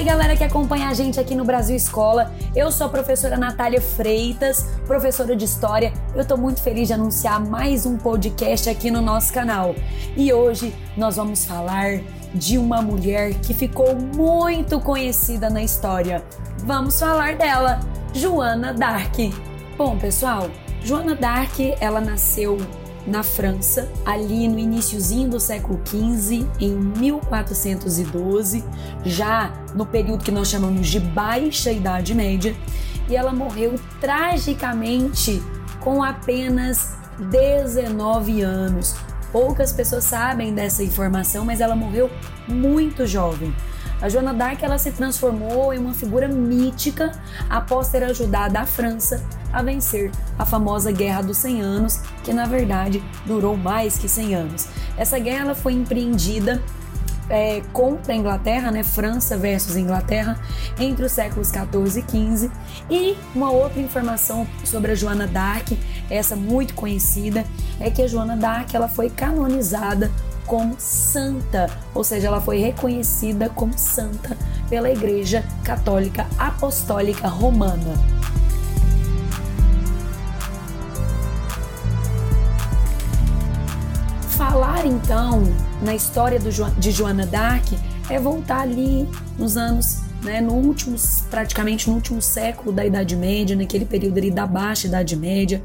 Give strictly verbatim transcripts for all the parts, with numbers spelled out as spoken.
aí, galera que acompanha a gente aqui no Brasil Escola, eu sou a professora Natália Freitas, professora de História. Eu tô muito feliz de anunciar mais um podcast aqui no nosso canal. E hoje nós vamos falar de uma mulher que ficou muito conhecida na história. Vamos falar dela, Joana d'Arc. Bom, pessoal, Joana d'Arc, ela nasceu na França, ali no iniciozinho do século quinze, em mil quatrocentos e doze, já no período que nós chamamos de Baixa Idade Média, e ela morreu tragicamente com apenas dezenove anos. Poucas pessoas sabem dessa informação, mas ela morreu muito jovem. A Joana d'Arc, ela se transformou em uma figura mítica após ter ajudado a França a vencer a famosa Guerra dos cem anos, que na verdade durou mais que cem anos. Essa guerra ela foi empreendida é, contra a Inglaterra, né? França versus Inglaterra, entre os séculos quatorze e quinze. E uma outra informação sobre a Joana d'Arc, essa muito conhecida, é que a Joana d'Arc ela foi canonizada como santa, ou seja, ela foi reconhecida como santa pela Igreja Católica Apostólica Romana. Falar então na história do jo- de Joana d'Arc é voltar ali nos anos, né, no último, praticamente no último século da Idade Média, naquele período ali da Baixa Idade Média.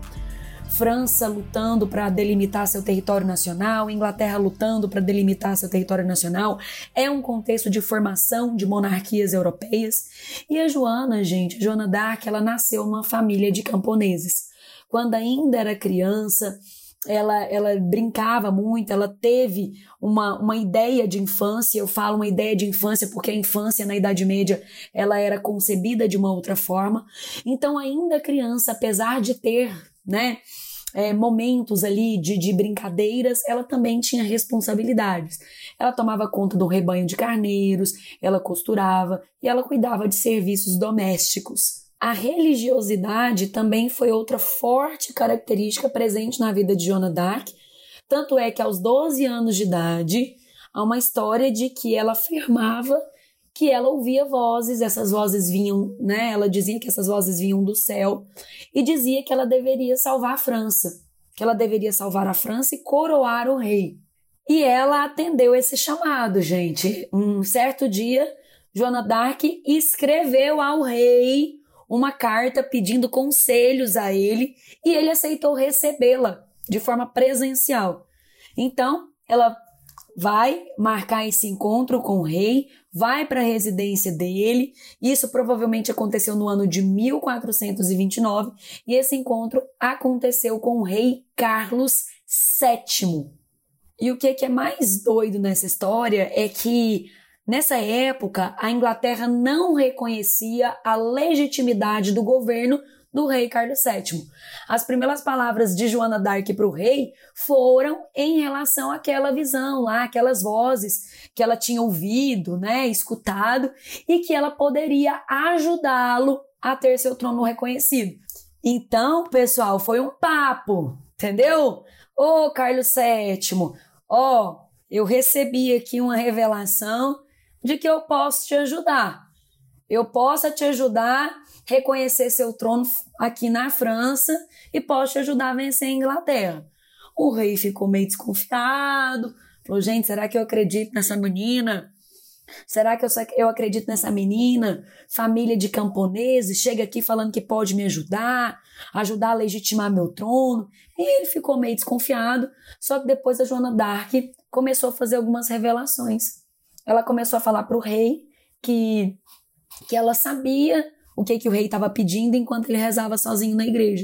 França lutando para delimitar seu território nacional, Inglaterra lutando para delimitar seu território nacional. É um contexto de formação de monarquias europeias. E a Joana, gente, a Joana d'Arc, ela nasceu numa família de camponeses. Quando ainda era criança, ela, ela brincava muito, ela teve uma, uma ideia de infância. Eu falo uma ideia de infância porque a infância na Idade Média ela era concebida de uma outra forma. Então, ainda criança, apesar de ter, né, É, momentos ali de, de brincadeiras, ela também tinha responsabilidades. Ela tomava conta do rebanho de carneiros, ela costurava e ela cuidava de serviços domésticos. A religiosidade também foi outra forte característica presente na vida de Joana d'Arc, tanto é que aos doze anos de idade, há uma história de que ela afirmava que ela ouvia vozes, essas vozes vinham, né? Ela dizia que essas vozes vinham do céu e dizia que ela deveria salvar a França, que ela deveria salvar a França e coroar o rei. E ela atendeu esse chamado, gente. Um certo dia, Joana d'Arc escreveu ao rei uma carta pedindo conselhos a ele e ele aceitou recebê-la de forma presencial. Então, ela vai marcar esse encontro com o rei, vai para a residência dele. Isso provavelmente aconteceu no ano de mil quatrocentos e vinte e nove e esse encontro aconteceu com o rei Carlos sétimo. E o que é mais doido nessa história é que nessa época a Inglaterra não reconhecia a legitimidade do governo do rei Carlos sétimo. As primeiras palavras de Joana d'Arc para o rei foram em relação àquela visão lá, aquelas vozes que ela tinha ouvido, né, escutado, e que ela poderia ajudá-lo a ter seu trono reconhecido. Então, pessoal, foi um papo, entendeu? Ô, Carlos sétimo, ó, eu recebi aqui uma revelação de que eu posso te ajudar. Eu posso te ajudar a reconhecer seu trono aqui na França e posso te ajudar a vencer a Inglaterra. O rei ficou meio desconfiado, falou, gente, será que eu acredito nessa menina? Será que eu, eu acredito nessa menina? Família de camponeses, chega aqui falando que pode me ajudar, ajudar a legitimar meu trono. E ele ficou meio desconfiado, só que depois a Joana d'Arc começou a fazer algumas revelações. Ela começou a falar para o rei que... que ela sabia o que, que o rei estava pedindo enquanto ele rezava sozinho na igreja.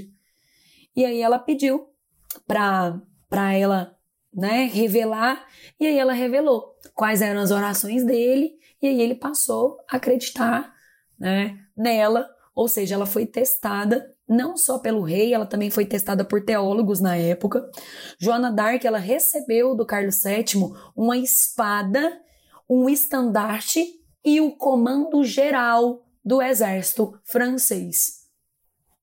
E aí ela pediu para para ela, né, revelar, e aí ela revelou quais eram as orações dele, e aí ele passou a acreditar, né, nela, ou seja, ela foi testada não só pelo rei, ela também foi testada por teólogos na época. Joana d'Arc, ela recebeu do Carlos sétimo uma espada, um estandarte e o comando geral do exército francês.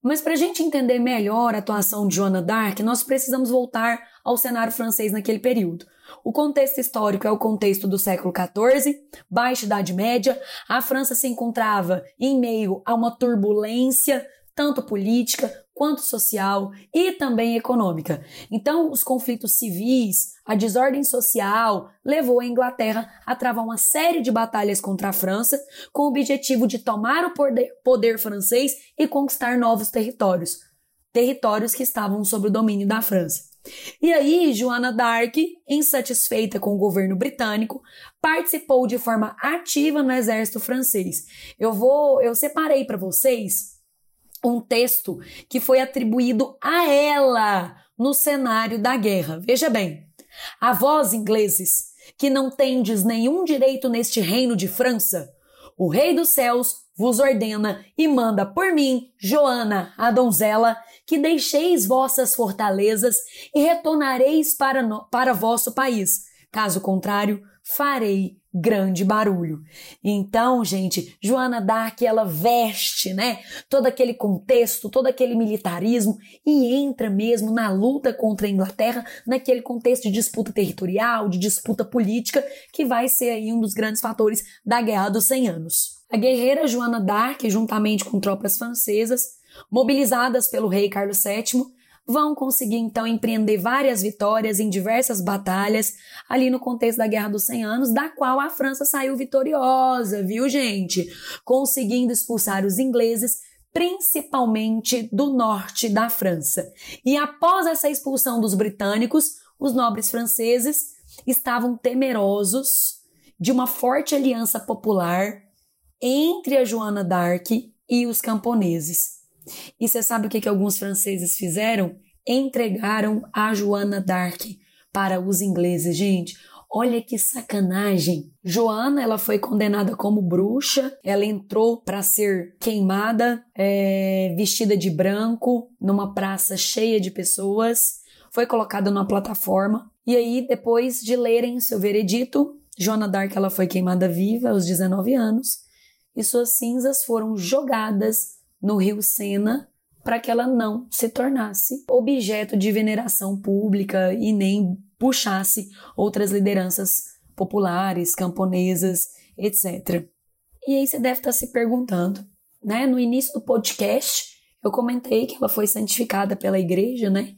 Mas para a gente entender melhor a atuação de Joana d'Arc, nós precisamos voltar ao cenário francês naquele período. O contexto histórico é o contexto do século quatorze, Baixa Idade Média. A França se encontrava em meio a uma turbulência, tanto política quanto social e também econômica. Então, os conflitos civis, a desordem social, levou a Inglaterra a travar uma série de batalhas contra a França, com o objetivo de tomar o poder, poder francês e conquistar novos territórios, territórios que estavam sob o domínio da França. E aí, Joana d'Arc, insatisfeita com o governo britânico, participou de forma ativa no exército francês. Eu vou, eu separei para vocês um texto que foi atribuído a ela no cenário da guerra. Veja bem: a vós, ingleses, que não tendes nenhum direito neste reino de França, o rei dos céus vos ordena e manda por mim, Joana, a donzela, que deixeis vossas fortalezas e retornareis para, no, para vosso país. Caso contrário, farei grande barulho. Então, gente, Joana d'Arc, ela veste, né, todo aquele contexto, todo aquele militarismo e entra mesmo na luta contra a Inglaterra, naquele contexto de disputa territorial, de disputa política, que vai ser aí um dos grandes fatores da Guerra dos cem anos. A guerreira Joana d'Arc, juntamente com tropas francesas, mobilizadas pelo rei Carlos sétimo, vão conseguir então empreender várias vitórias em diversas batalhas ali no contexto da Guerra dos cem anos, da qual a França saiu vitoriosa, viu, gente? Conseguindo expulsar os ingleses, principalmente do norte da França. E após essa expulsão dos britânicos, os nobres franceses estavam temerosos de uma forte aliança popular entre a Joana d'Arc e os camponeses. E você sabe o que, que alguns franceses fizeram? Entregaram a Joana d'Arc para os ingleses, gente. Olha que sacanagem. Joana, ela foi condenada como bruxa, ela entrou para ser queimada, é, vestida de branco, numa praça cheia de pessoas, foi colocada numa plataforma, e aí, depois de lerem seu veredito, Joana d'Arc, ela foi queimada viva aos dezenove anos, e suas cinzas foram jogadas no rio Sena para que ela não se tornasse objeto de veneração pública e nem puxasse outras lideranças populares, camponesas, etcétera. E aí você deve estar se perguntando, né? No início do podcast, eu comentei que ela foi santificada pela igreja, né?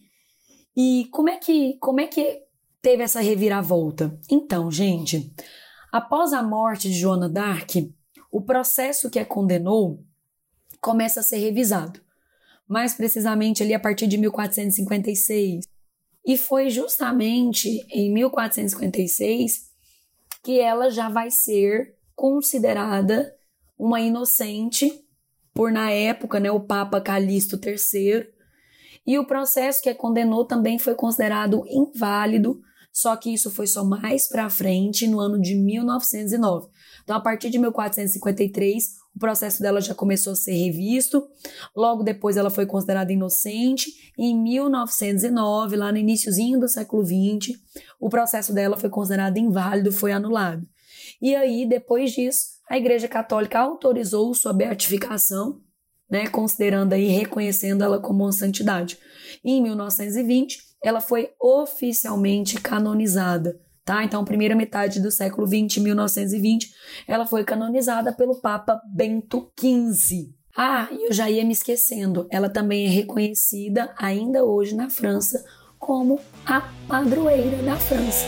E como é que, como é que teve essa reviravolta? Então, gente, após a morte de Joana d'Arc, o processo que a condenou começa a ser revisado, mais precisamente ali a partir de mil quatrocentos e cinquenta e seis. E foi justamente em mil quatrocentos e cinquenta e seis que ela já vai ser considerada uma inocente por, na época, né, o Papa Calixto terceiro, e o processo que a condenou também foi considerado inválido, só que isso foi só mais para frente, no ano de mil novecentos e nove. Então, a partir de mil quatrocentos e cinquenta e três, o processo dela já começou a ser revisto, logo depois ela foi considerada inocente, e em mil novecentos e nove, lá no iniciozinho do século vinte, o processo dela foi considerado inválido, foi anulado. E aí, depois disso, a Igreja Católica autorizou sua beatificação, né, considerando aí, reconhecendo ela como uma santidade. E em mil novecentos e vinte, ela foi oficialmente canonizada. Tá? Então, primeira metade do século vinte, mil novecentos e vinte, ela foi canonizada pelo Papa Bento quinze. Ah, e eu já ia me esquecendo, ela também é reconhecida ainda hoje na França como a padroeira da França.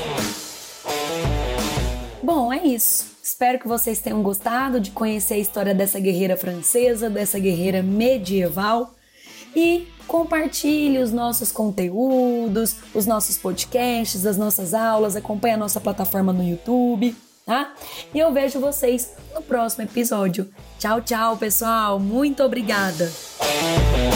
Bom, é isso. Espero que vocês tenham gostado de conhecer a história dessa guerreira francesa, dessa guerreira medieval, e compartilhe os nossos conteúdos, os nossos podcasts, as nossas aulas, acompanhe a nossa plataforma no YouTube, tá? E eu vejo vocês no próximo episódio. Tchau, tchau, pessoal. Muito obrigada.